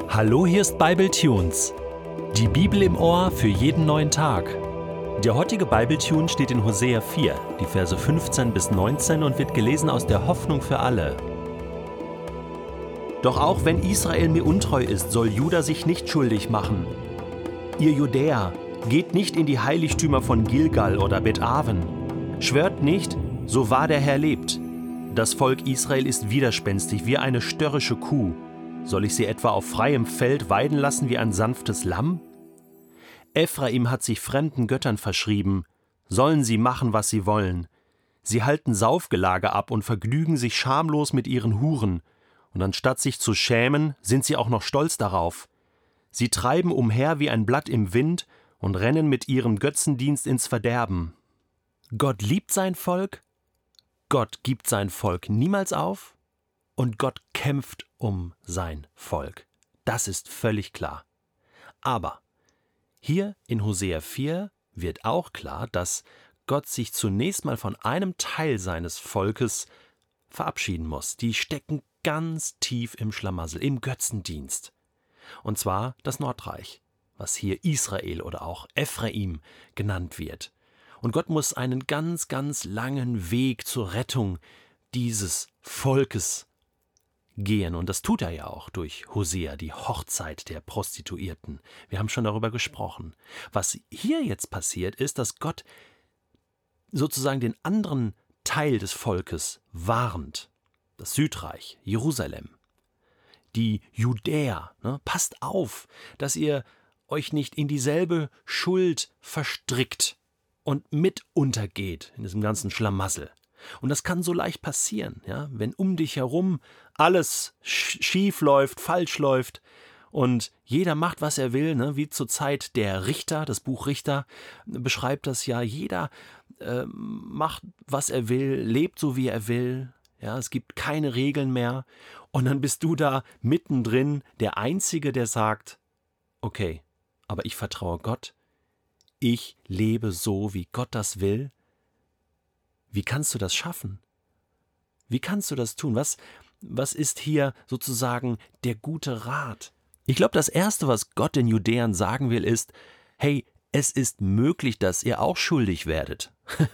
Hallo, hier ist Bibletunes. Die Bibel im Ohr für jeden neuen Tag. Der heutige Bibletune steht in Hosea 4, die Verse 15 bis 19 und wird gelesen aus der Hoffnung für alle. Doch auch wenn Israel mir untreu ist, soll Juda sich nicht schuldig machen. Ihr Judäer, geht nicht in die Heiligtümer von Gilgal oder Bet-Aven. Schwört nicht, so wahr der Herr lebt. Das Volk Israel ist widerspenstig wie eine störrische Kuh. Soll ich sie etwa auf freiem Feld weiden lassen wie ein sanftes Lamm? Ephraim hat sich fremden Göttern verschrieben. Sollen sie machen, was sie wollen. Sie halten Saufgelage ab und vergnügen sich schamlos mit ihren Huren. Und anstatt sich zu schämen, sind sie auch noch stolz darauf. Sie treiben umher wie ein Blatt im Wind und rennen mit ihrem Götzendienst ins Verderben. Gott liebt sein Volk, Gott gibt sein Volk niemals auf und Gott kämpft um sein Volk. Das ist völlig klar. Aber hier in Hosea 4 wird auch klar, dass Gott sich zunächst mal von einem Teil seines Volkes verabschieden muss. Die stecken ganz tief im Schlamassel, im Götzendienst. Und zwar das Nordreich, was hier Israel oder auch Ephraim genannt wird. Und Gott muss einen ganz, ganz langen Weg zur Rettung dieses Volkes gehen. Und das tut er ja auch durch Hosea, die Hochzeit der Prostituierten. Wir haben schon darüber gesprochen. Was hier jetzt passiert, ist, dass Gott sozusagen den anderen Teil des Volkes warnt. Das Südreich, Jerusalem, die Judäer. Passt auf, dass ihr euch nicht in dieselbe Schuld verstrickt und mit untergeht in diesem ganzen Schlamassel. Und das kann so leicht passieren, ja, wenn um dich herum alles schief läuft, falsch läuft und jeder macht, was er will, wie zur Zeit der Richter, das Buch Richter beschreibt das ja, jeder macht, was er will, lebt so, wie er will, ja, es gibt keine Regeln mehr und dann bist du da mittendrin, der Einzige, der sagt, okay, aber ich vertraue Gott, ich lebe so, wie Gott das will. Wie kannst du das schaffen? Wie kannst du das tun? Was ist hier sozusagen der gute Rat? Ich glaube, das Erste, was Gott den Judäern sagen will, ist, hey, es ist möglich, dass ihr auch schuldig werdet.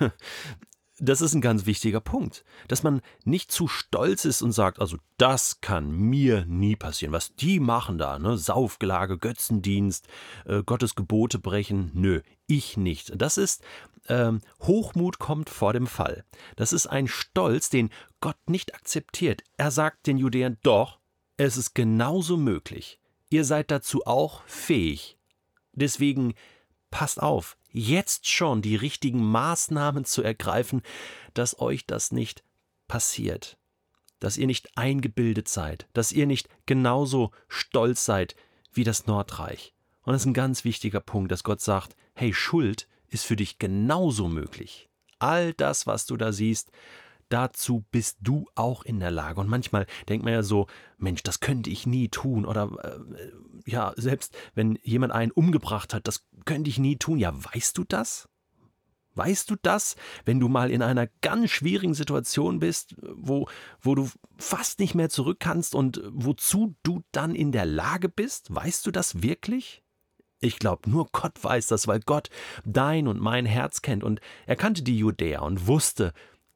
Das ist ein ganz wichtiger Punkt, dass man nicht zu stolz ist und sagt, also das kann mir nie passieren, was die machen da, Saufgelage, Götzendienst, Gottes Gebote brechen, nö, ich nicht. Das ist, Hochmut kommt vor dem Fall. Das ist ein Stolz, den Gott nicht akzeptiert. Er sagt den Judäern, doch, es ist genauso möglich. Ihr seid dazu auch fähig. Deswegen passt auf, jetzt schon die richtigen Maßnahmen zu ergreifen, dass euch das nicht passiert, dass ihr nicht eingebildet seid, dass ihr nicht genauso stolz seid wie das Nordreich. Und das ist ein ganz wichtiger Punkt, dass Gott sagt, hey, Schuld ist für dich genauso möglich. All das, was du da siehst, dazu bist du auch in der Lage. Und manchmal denkt man ja so, Mensch, das könnte ich nie tun. Oder ja, selbst wenn jemand einen umgebracht hat, das könnte ich nie tun. Ja, weißt du das? Weißt du das, wenn du mal in einer ganz schwierigen Situation bist, wo du fast nicht mehr zurück kannst und wozu du dann in der Lage bist? Weißt du das wirklich? Ich glaube, nur Gott weiß das, weil Gott dein und mein Herz kennt. Und er kannte die Judäer und wusste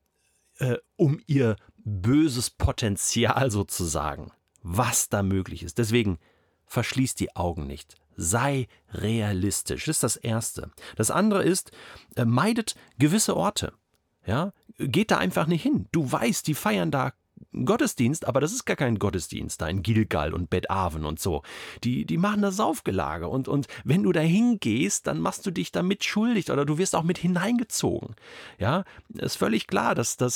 um ihr böses Potenzial sozusagen, was da möglich ist. Deswegen verschließ die Augen nicht. Sei realistisch. Das ist das Erste. Das andere ist, meidet gewisse Orte. Ja? Geht da einfach nicht hin. Du weißt, die feiern da Gottesdienst, aber das ist gar kein Gottesdienst da in Gilgal und Bet-Aven und so. Die machen da Saufgelage und wenn du da hingehst, dann machst du dich damit schuldig oder du wirst auch mit hineingezogen. Ja, ist völlig klar, dass du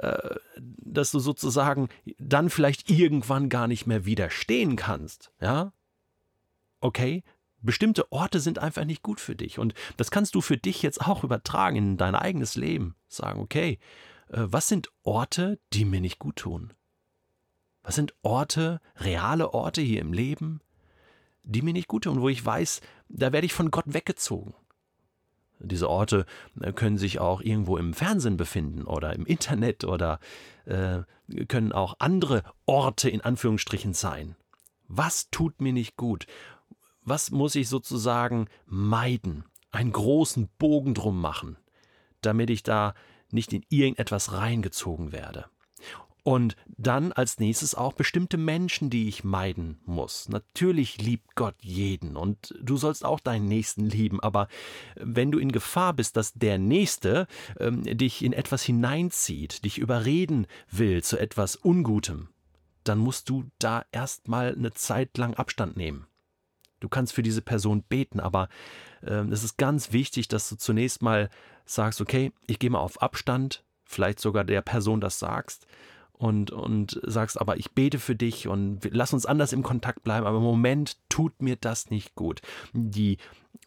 sozusagen dann vielleicht irgendwann gar nicht mehr widerstehen kannst. Ja, okay, bestimmte Orte sind einfach nicht gut für dich und das kannst du für dich jetzt auch übertragen in dein eigenes Leben. Sagen, okay, was sind Orte, die mir nicht gut tun? Was sind Orte, reale Orte hier im Leben, die mir nicht gut tun, wo ich weiß, da werde ich von Gott weggezogen? Diese Orte können sich auch irgendwo im Fernsehen befinden oder im Internet oder können auch andere Orte in Anführungsstrichen sein, Was tut mir nicht gut? Was muss ich sozusagen meiden? Einen großen Bogen drum machen, damit ich da nicht in irgendetwas reingezogen werde. Und dann als nächstes auch bestimmte Menschen, die ich meiden muss. Natürlich liebt Gott jeden und du sollst auch deinen Nächsten lieben, aber wenn du in Gefahr bist, dass der Nächste dich in etwas hineinzieht, dich überreden will zu etwas Ungutem, dann musst du da erstmal eine Zeit lang Abstand nehmen. Du kannst für diese Person beten, aber es ist ganz wichtig, dass du zunächst mal sagst, okay, ich gehe mal auf Abstand, vielleicht sogar der Person das sagst, und sagst, aber ich bete für dich und lass uns anders im Kontakt bleiben, aber im Moment tut mir das nicht gut. Die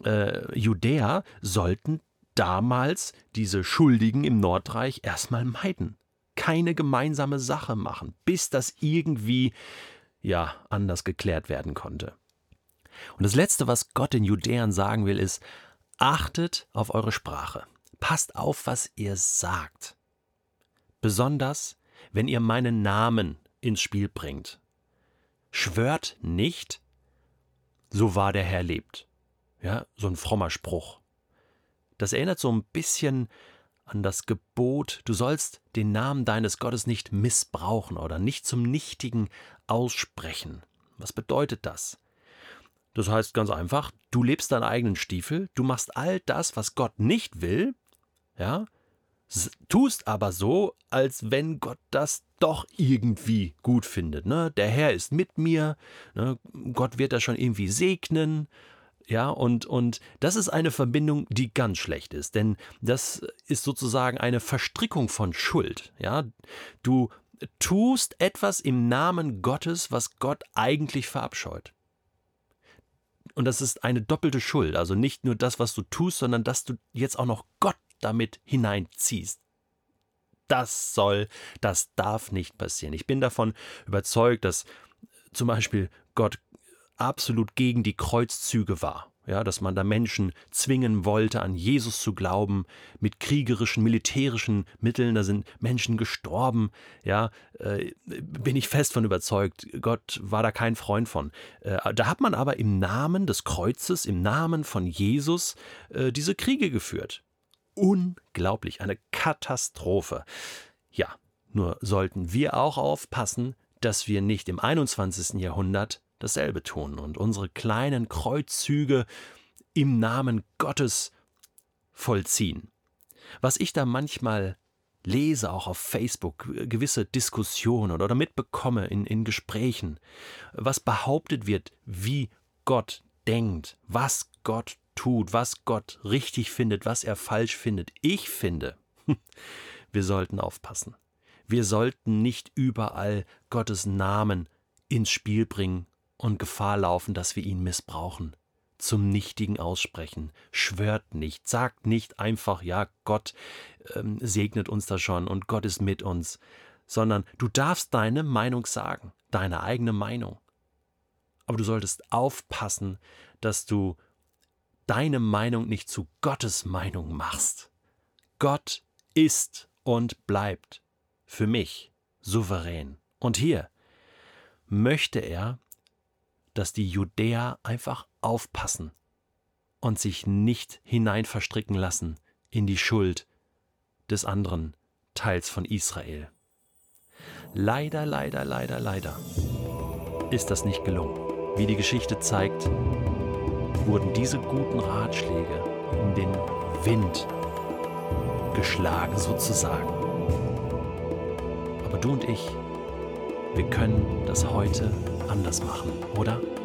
Judäer sollten damals diese Schuldigen im Nordreich erstmal meiden. Keine gemeinsame Sache machen, bis das irgendwie anders geklärt werden konnte. Und das Letzte, was Gott den Judäern sagen will, ist, achtet auf eure Sprache. Passt auf, was ihr sagt. Besonders wenn ihr meinen Namen ins Spiel bringt. Schwört nicht, so wahr der Herr lebt. Ja, so ein frommer Spruch. Das erinnert so ein bisschen an das Gebot, du sollst den Namen deines Gottes nicht missbrauchen oder nicht zum Nichtigen aussprechen. Was bedeutet das? Das heißt ganz einfach, du lebst deinen eigenen Stiefel, du machst all das, was Gott nicht will, ja, tust aber so, als wenn Gott das doch irgendwie gut findet. Ne? Der Herr ist mit mir, ne? Gott wird das schon irgendwie segnen. Ja, und das ist eine Verbindung, die ganz schlecht ist, denn das ist sozusagen eine Verstrickung von Schuld. Ja? Du tust etwas im Namen Gottes, was Gott eigentlich verabscheut. Und das ist eine doppelte Schuld, also nicht nur das, was du tust, sondern dass du jetzt auch noch Gott damit hineinziehst. Das darf nicht passieren. Ich bin davon überzeugt, dass zum Beispiel Gott absolut gegen die Kreuzzüge war. Ja, dass man da Menschen zwingen wollte, an Jesus zu glauben, mit kriegerischen, militärischen Mitteln, da sind Menschen gestorben, ja, bin ich fest von überzeugt, Gott war da kein Freund von. Da hat man aber im Namen des Kreuzes, im Namen von Jesus, diese Kriege geführt. Unglaublich, eine Katastrophe. Ja, nur sollten wir auch aufpassen, dass wir nicht im 21. Jahrhundert dasselbe tun und unsere kleinen Kreuzzüge im Namen Gottes vollziehen. Was ich da manchmal lese, auch auf Facebook, gewisse Diskussionen oder mitbekomme in Gesprächen, was behauptet wird, wie Gott denkt, was Gott tut, was Gott richtig findet, was er falsch findet. Ich finde, wir sollten aufpassen. Wir sollten nicht überall Gottes Namen ins Spiel bringen und Gefahr laufen, dass wir ihn missbrauchen. Zum Nichtigen aussprechen. Schwört nicht. Sagt nicht einfach, ja, Gott segnet uns da schon und Gott ist mit uns. Sondern du darfst deine Meinung sagen. Deine eigene Meinung. Aber du solltest aufpassen, dass du deine Meinung nicht zu Gottes Meinung machst. Gott ist und bleibt für mich souverän. Und hier möchte er, dass die Judäer einfach aufpassen und sich nicht hinein verstricken lassen in die Schuld des anderen Teils von Israel. Leider ist das nicht gelungen. Wie die Geschichte zeigt, wurden diese guten Ratschläge in den Wind geschlagen sozusagen. Aber du und ich, wir können das heute anders machen, oder?